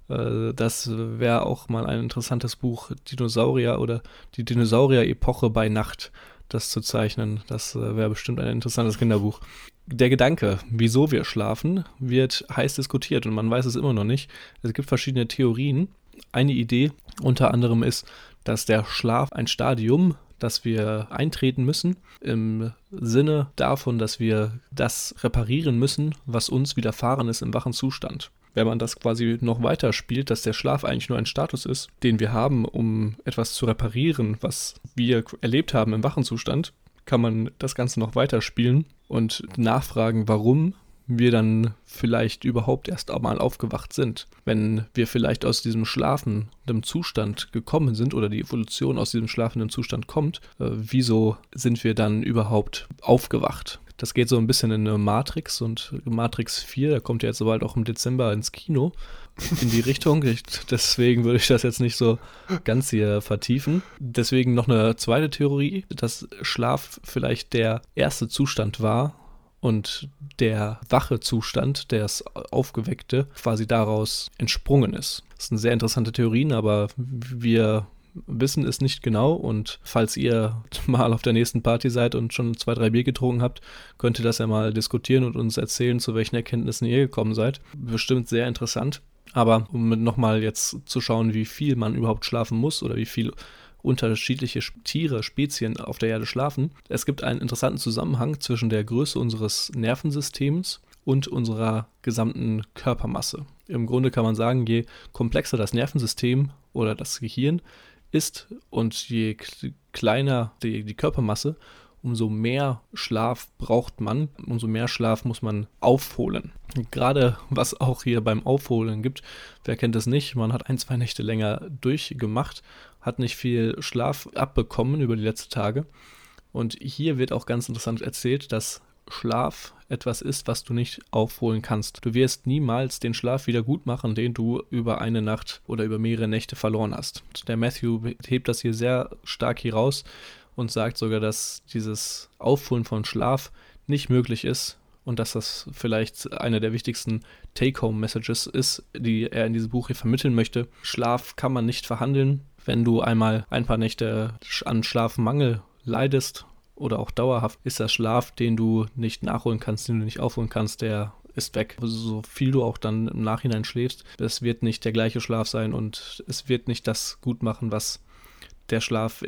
Das wäre auch mal ein interessantes Buch, Dinosaurier oder die Dinosaurier-Epoche bei Nacht, das zu zeichnen. Das wäre bestimmt ein interessantes Kinderbuch. Der Gedanke, wieso wir schlafen, wird heiß diskutiert und man weiß es immer noch nicht. Es gibt verschiedene Theorien. Eine Idee unter anderem ist, dass der Schlaf ein Stadium, das wir eintreten müssen, im Sinne davon, dass wir das reparieren müssen, was uns widerfahren ist im wachen Zustand. Wenn man das quasi noch weiter spielt, dass der Schlaf eigentlich nur ein Status ist, den wir haben, um etwas zu reparieren, was wir erlebt haben im wachen Zustand, kann man das Ganze noch weiter spielen und nachfragen, warum wir dann vielleicht überhaupt erst einmal aufgewacht sind. Wenn wir vielleicht aus diesem schlafenden Zustand gekommen sind oder die Evolution aus diesem schlafenden Zustand kommt, wieso sind wir dann überhaupt aufgewacht? Das geht so ein bisschen in eine Matrix und Matrix 4, da kommt ja jetzt bald auch im Dezember ins Kino, in die Richtung. Deswegen würde ich das jetzt nicht so ganz hier vertiefen. Deswegen noch eine zweite Theorie, dass Schlaf vielleicht der erste Zustand war und der wache Zustand, der Aufgeweckte, quasi daraus entsprungen ist. Das sind sehr interessante Theorien, aber wir wissen es nicht genau und falls ihr mal auf der nächsten Party seid und schon 2, 3 Bier getrunken habt, könnt ihr das ja mal diskutieren und uns erzählen, zu welchen Erkenntnissen ihr gekommen seid. Bestimmt sehr interessant. Aber um nochmal jetzt zu schauen, wie viel man überhaupt schlafen muss oder wie viel unterschiedliche Tiere, Spezien auf der Erde schlafen. Es gibt einen interessanten Zusammenhang zwischen der Größe unseres Nervensystems und unserer gesamten Körpermasse. Im Grunde kann man sagen, je komplexer das Nervensystem oder das Gehirn ist und je kleiner die Körpermasse, umso mehr Schlaf braucht man, umso mehr Schlaf muss man aufholen. Gerade was auch hier beim Aufholen gibt, wer kennt es nicht, man hat 1, 2 Nächte länger durchgemacht, hat nicht viel Schlaf abbekommen über die letzten Tage. Und hier wird auch ganz interessant erzählt, dass Schlaf etwas ist, was du nicht aufholen kannst. Du wirst niemals den Schlaf wieder gut machen, den du über eine Nacht oder über mehrere Nächte verloren hast. Der Matthew hebt das hier sehr stark hier raus und sagt sogar, dass dieses Aufholen von Schlaf nicht möglich ist und dass das vielleicht eine der wichtigsten Take-Home-Messages ist, die er in diesem Buch hier vermitteln möchte. Schlaf kann man nicht verhandeln. Wenn du einmal ein paar Nächte an Schlafmangel leidest oder auch dauerhaft, ist das Schlaf, den du nicht nachholen kannst, den du nicht aufholen kannst, der ist weg. So viel du auch dann im Nachhinein schläfst, es wird nicht der gleiche Schlaf sein und es wird nicht das gut machen, was der Schlaf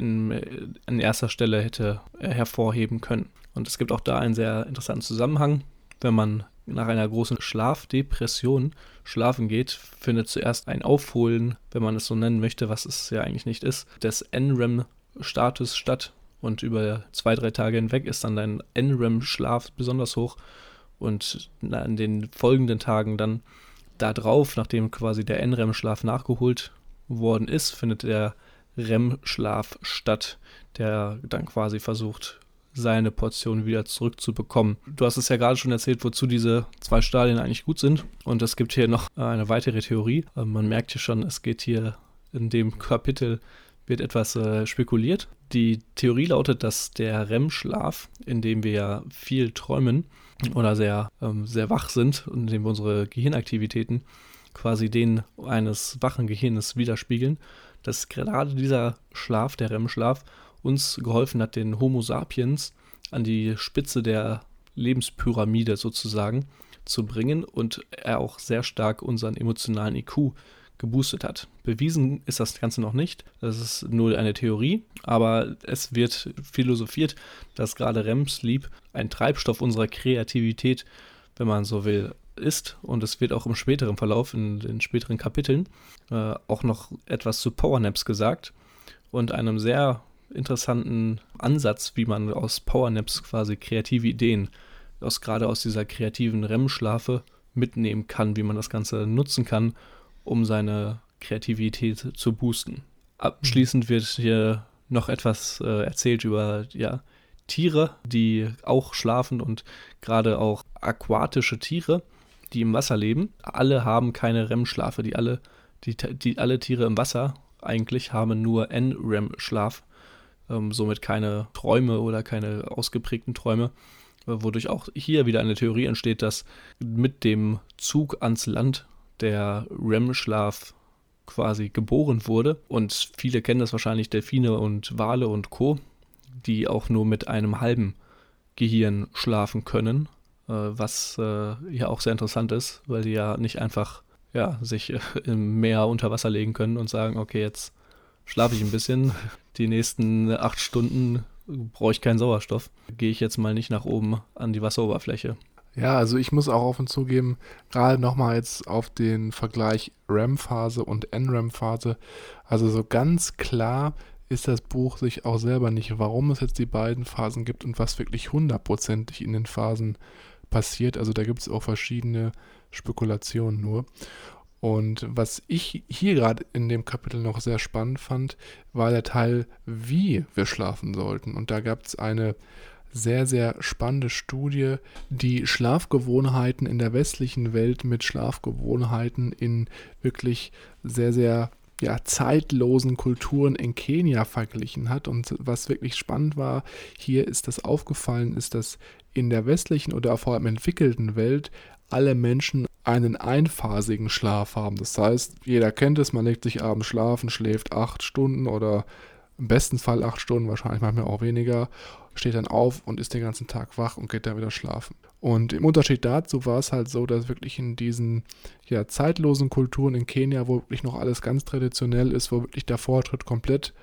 an erster Stelle hätte hervorheben können. Und es gibt auch da einen sehr interessanten Zusammenhang. Wenn man nach einer großen Schlafdepression schlafen geht, findet zuerst ein Aufholen, wenn man es so nennen möchte, was es ja eigentlich nicht ist, des NREM-Status statt. Und über 2, 3 Tage hinweg ist dann dein NREM-Schlaf besonders hoch. Und an den folgenden Tagen dann da drauf, nachdem quasi der NREM-Schlaf nachgeholt worden ist, findet der REM-Schlaf statt, der dann quasi versucht, seine Portion wieder zurückzubekommen. Du hast es ja gerade schon erzählt, wozu diese 2 Stadien eigentlich gut sind. Und es gibt hier noch eine weitere Theorie. Man merkt hier schon, es geht hier in dem Kapitel wird etwas spekuliert. Die Theorie lautet, dass der REM-Schlaf, in dem wir ja viel träumen oder sehr wach sind und in dem wir unsere Gehirnaktivitäten quasi den eines wachen Gehirnes widerspiegeln, dass gerade dieser Schlaf, der REM-Schlaf, uns geholfen hat, den Homo sapiens an die Spitze der Lebenspyramide sozusagen zu bringen und er auch sehr stark unseren emotionalen IQ geboostet hat. Bewiesen ist das Ganze noch nicht, das ist nur eine Theorie, aber es wird philosophiert, dass gerade REM-Sleep ein Treibstoff unserer Kreativität, wenn man so will, ist und es wird auch im späteren Verlauf, in den späteren Kapiteln, auch noch etwas zu Powernaps gesagt und einem sehr interessanten Ansatz, wie man aus Powernaps quasi kreative Ideen gerade aus dieser kreativen REM-Schlafe mitnehmen kann, wie man das Ganze nutzen kann, um seine Kreativität zu boosten. Abschließend wird hier noch etwas erzählt über Tiere, die auch schlafen und gerade auch aquatische Tiere, die im Wasser leben, alle haben keine REM-Schlafe. Alle Tiere im Wasser eigentlich haben nur NREM-Schlaf, somit keine Träume oder keine ausgeprägten Träume, wodurch auch hier wieder eine Theorie entsteht, dass mit dem Zug ans Land der REM-Schlaf quasi geboren wurde. Und viele kennen das wahrscheinlich, Delfine und Wale und Co., die auch nur mit einem halben Gehirn schlafen können, was ja auch sehr interessant ist, weil die ja nicht einfach sich im Meer unter Wasser legen können und sagen, okay, jetzt schlafe ich ein bisschen, die nächsten 8 Stunden brauche ich keinen Sauerstoff, gehe ich jetzt mal nicht nach oben an die Wasseroberfläche.
Ja, also ich muss auch offen zugeben, gerade nochmal jetzt auf den Vergleich REM-Phase und NREM-Phase, also so ganz klar ist das Buch sich auch selber nicht, warum es jetzt die beiden Phasen gibt und was wirklich 100%ig in den Phasen passiert. Also da gibt es auch verschiedene Spekulationen nur. Und was ich hier gerade in dem Kapitel noch sehr spannend fand, war der Teil, wie wir schlafen sollten. Und da gab es eine sehr, sehr spannende Studie, die Schlafgewohnheiten in der westlichen Welt mit Schlafgewohnheiten in wirklich sehr, sehr zeitlosen Kulturen in Kenia verglichen hat. Und was wirklich spannend war, hier ist das aufgefallen, ist, dass in der westlichen oder vor allem entwickelten Welt alle Menschen einen einphasigen Schlaf haben. Das heißt, jeder kennt es, man legt sich abends schlafen, schläft 8 Stunden oder im besten Fall 8 Stunden, wahrscheinlich manchmal auch weniger, steht dann auf und ist den ganzen Tag wach und geht dann wieder schlafen. Und im Unterschied dazu war es halt so, dass wirklich in diesen zeitlosen Kulturen in Kenia, wo wirklich noch alles ganz traditionell ist, wo wirklich der Fortschritt komplett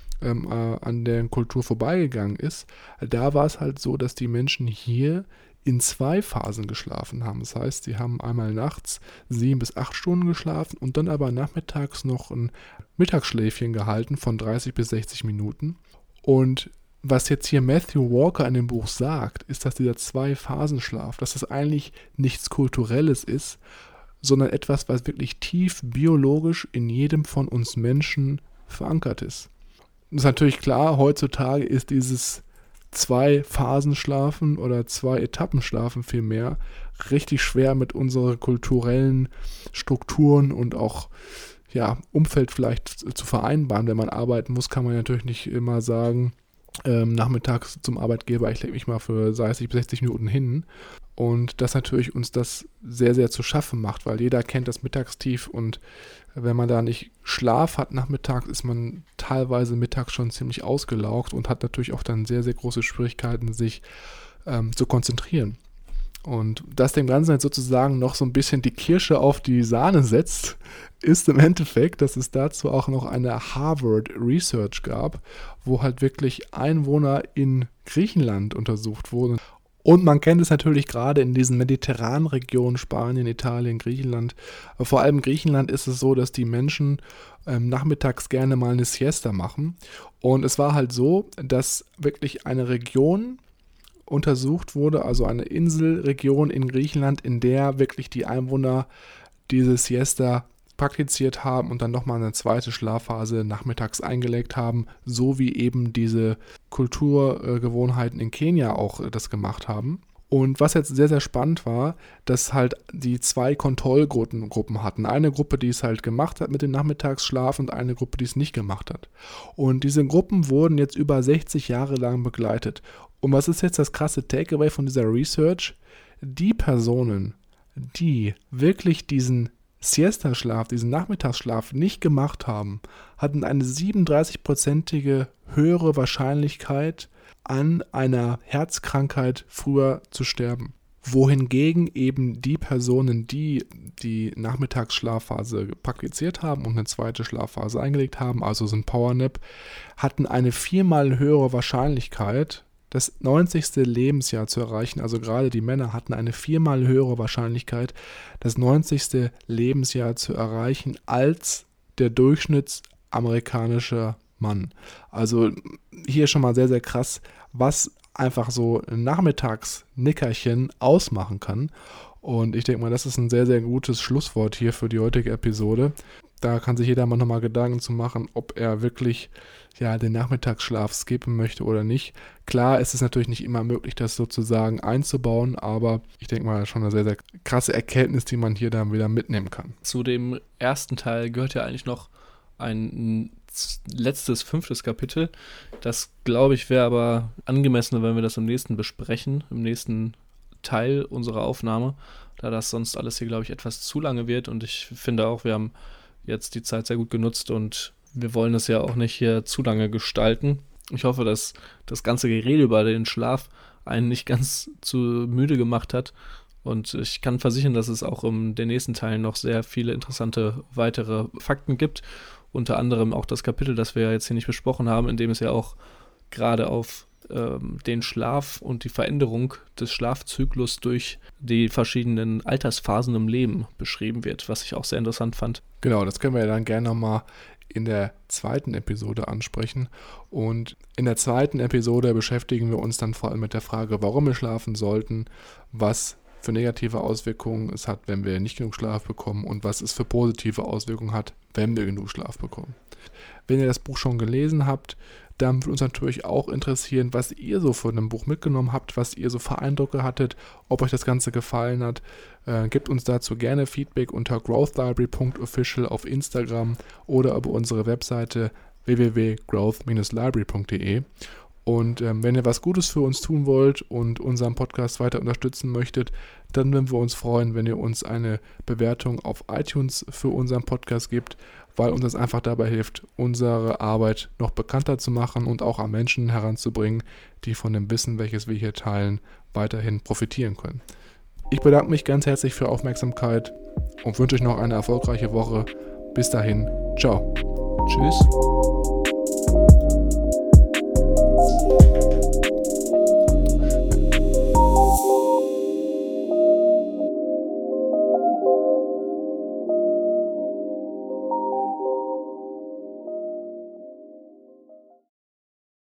an der Kultur vorbeigegangen ist, da war es halt so, dass die Menschen hier in 2 Phasen geschlafen haben. Das heißt, sie haben einmal nachts 7 bis 8 Stunden geschlafen und dann aber nachmittags noch ein Mittagsschläfchen gehalten von 30 bis 60 Minuten. Und was jetzt hier Matthew Walker in dem Buch sagt, ist, dass dieser 2-Phasen-Schlaf, dass das eigentlich nichts Kulturelles ist, sondern etwas, was wirklich tief biologisch in jedem von uns Menschen verankert ist. Und es ist natürlich klar, heutzutage ist dieses 2-Phasen-Schlafen oder 2-Etappen-Schlafen vielmehr richtig schwer mit unseren kulturellen Strukturen und auch Umfeld vielleicht zu vereinbaren. Wenn man arbeiten muss, kann man natürlich nicht immer sagen, nachmittags zum Arbeitgeber, ich lege mich mal für 30 bis 60 Minuten hin. Und das natürlich uns das sehr, sehr zu schaffen macht, weil jeder kennt das Mittagstief und wenn man da nicht Schlaf hat nachmittags, ist man teilweise mittags schon ziemlich ausgelaugt und hat natürlich auch dann sehr, sehr große Schwierigkeiten, sich zu konzentrieren. Und dass dem Ganzen jetzt sozusagen noch so ein bisschen die Kirsche auf die Sahne setzt, ist im Endeffekt, dass es dazu auch noch eine Harvard Research gab, wo halt wirklich Einwohner in Griechenland untersucht wurden. Und man kennt es natürlich gerade in diesen mediterranen Regionen, Spanien, Italien, Griechenland. Aber vor allem in Griechenland ist es so, dass die Menschen nachmittags gerne mal eine Siesta machen. Und es war halt so, dass wirklich eine Region untersucht wurde, also eine Inselregion in Griechenland, in der wirklich die Einwohner diese Siesta praktiziert haben und dann nochmal eine zweite Schlafphase nachmittags eingelegt haben, so wie eben diese Kulturgewohnheiten in Kenia auch das gemacht haben. Und was jetzt sehr, sehr spannend war, dass halt die 2 Kontrollgruppen hatten. Eine Gruppe, die es halt gemacht hat mit dem Nachmittagsschlaf und eine Gruppe, die es nicht gemacht hat. Und diese Gruppen wurden jetzt über 60 Jahre lang begleitet. Und was ist jetzt das krasse Takeaway von dieser Research? Die Personen, die wirklich diesen Siesta-Schlaf, diesen Nachmittagsschlaf nicht gemacht haben, hatten eine 37%ige höhere Wahrscheinlichkeit, an einer Herzkrankheit früher zu sterben. Wohingegen eben die Personen, die die Nachmittagsschlafphase praktiziert haben und eine zweite Schlafphase eingelegt haben, also so ein Powernap, hatten eine 4-mal höhere Wahrscheinlichkeit, das 90. Lebensjahr zu erreichen. Also gerade die Männer hatten eine 4-mal höhere Wahrscheinlichkeit, das 90. Lebensjahr zu erreichen, als der durchschnittsamerikanische Mann. Also hier schon mal sehr, sehr krass, was einfach so ein Nachmittagsnickerchen ausmachen kann. Und ich denke mal, das ist ein sehr, sehr gutes Schlusswort hier für die heutige Episode. Da kann sich jeder mal nochmal Gedanken zu machen, ob er wirklich ja, den Nachmittagsschlaf skippen möchte oder nicht. Klar, es ist natürlich nicht immer möglich, das sozusagen einzubauen, aber ich denke mal, schon eine sehr, sehr krasse Erkenntnis, die man hier dann wieder mitnehmen kann.
Zu dem ersten Teil gehört ja eigentlich noch ein letztes, 5. Kapitel. Das, glaube ich, wäre aber angemessener, wenn wir das im nächsten besprechen, im nächsten Teil unserer Aufnahme, da das sonst alles hier, glaube ich, etwas zu lange wird. Und ich finde auch, wir haben jetzt die Zeit sehr gut genutzt und wir wollen es ja auch nicht hier zu lange gestalten. Ich hoffe, dass das ganze Gerede über den Schlaf einen nicht ganz zu müde gemacht hat. Und ich kann versichern, dass es auch in den nächsten Teilen noch sehr viele interessante weitere Fakten gibt. Unter anderem auch das Kapitel, das wir jetzt hier nicht besprochen haben, in dem es ja auch gerade auf den Schlaf und die Veränderung des Schlafzyklus durch die verschiedenen Altersphasen im Leben beschrieben wird, was ich auch sehr interessant fand.
Genau, das können wir ja dann gerne nochmal in der zweiten Episode ansprechen. Und in der zweiten Episode beschäftigen wir uns dann vor allem mit der Frage, warum wir schlafen sollten, was für negative Auswirkungen es hat, wenn wir nicht genug Schlaf bekommen und was es für positive Auswirkungen hat, wenn wir genug Schlaf bekommen. Wenn ihr das Buch schon gelesen habt, dann würde uns natürlich auch interessieren, was ihr so von dem Buch mitgenommen habt, was ihr so für Eindrücke hattet, ob euch das Ganze gefallen hat. Gebt uns dazu gerne Feedback unter growthlibrary.official auf Instagram oder über unsere Webseite www.growth-library.de. Und wenn ihr was Gutes für uns tun wollt und unseren Podcast weiter unterstützen möchtet, dann würden wir uns freuen, wenn ihr uns eine Bewertung auf iTunes für unseren Podcast gebt, weil uns das einfach dabei hilft, unsere Arbeit noch bekannter zu machen und auch an Menschen heranzubringen, die von dem Wissen, welches wir hier teilen, weiterhin profitieren können. Ich bedanke mich ganz herzlich für Aufmerksamkeit und wünsche euch noch eine erfolgreiche Woche. Bis dahin, ciao.
Tschüss.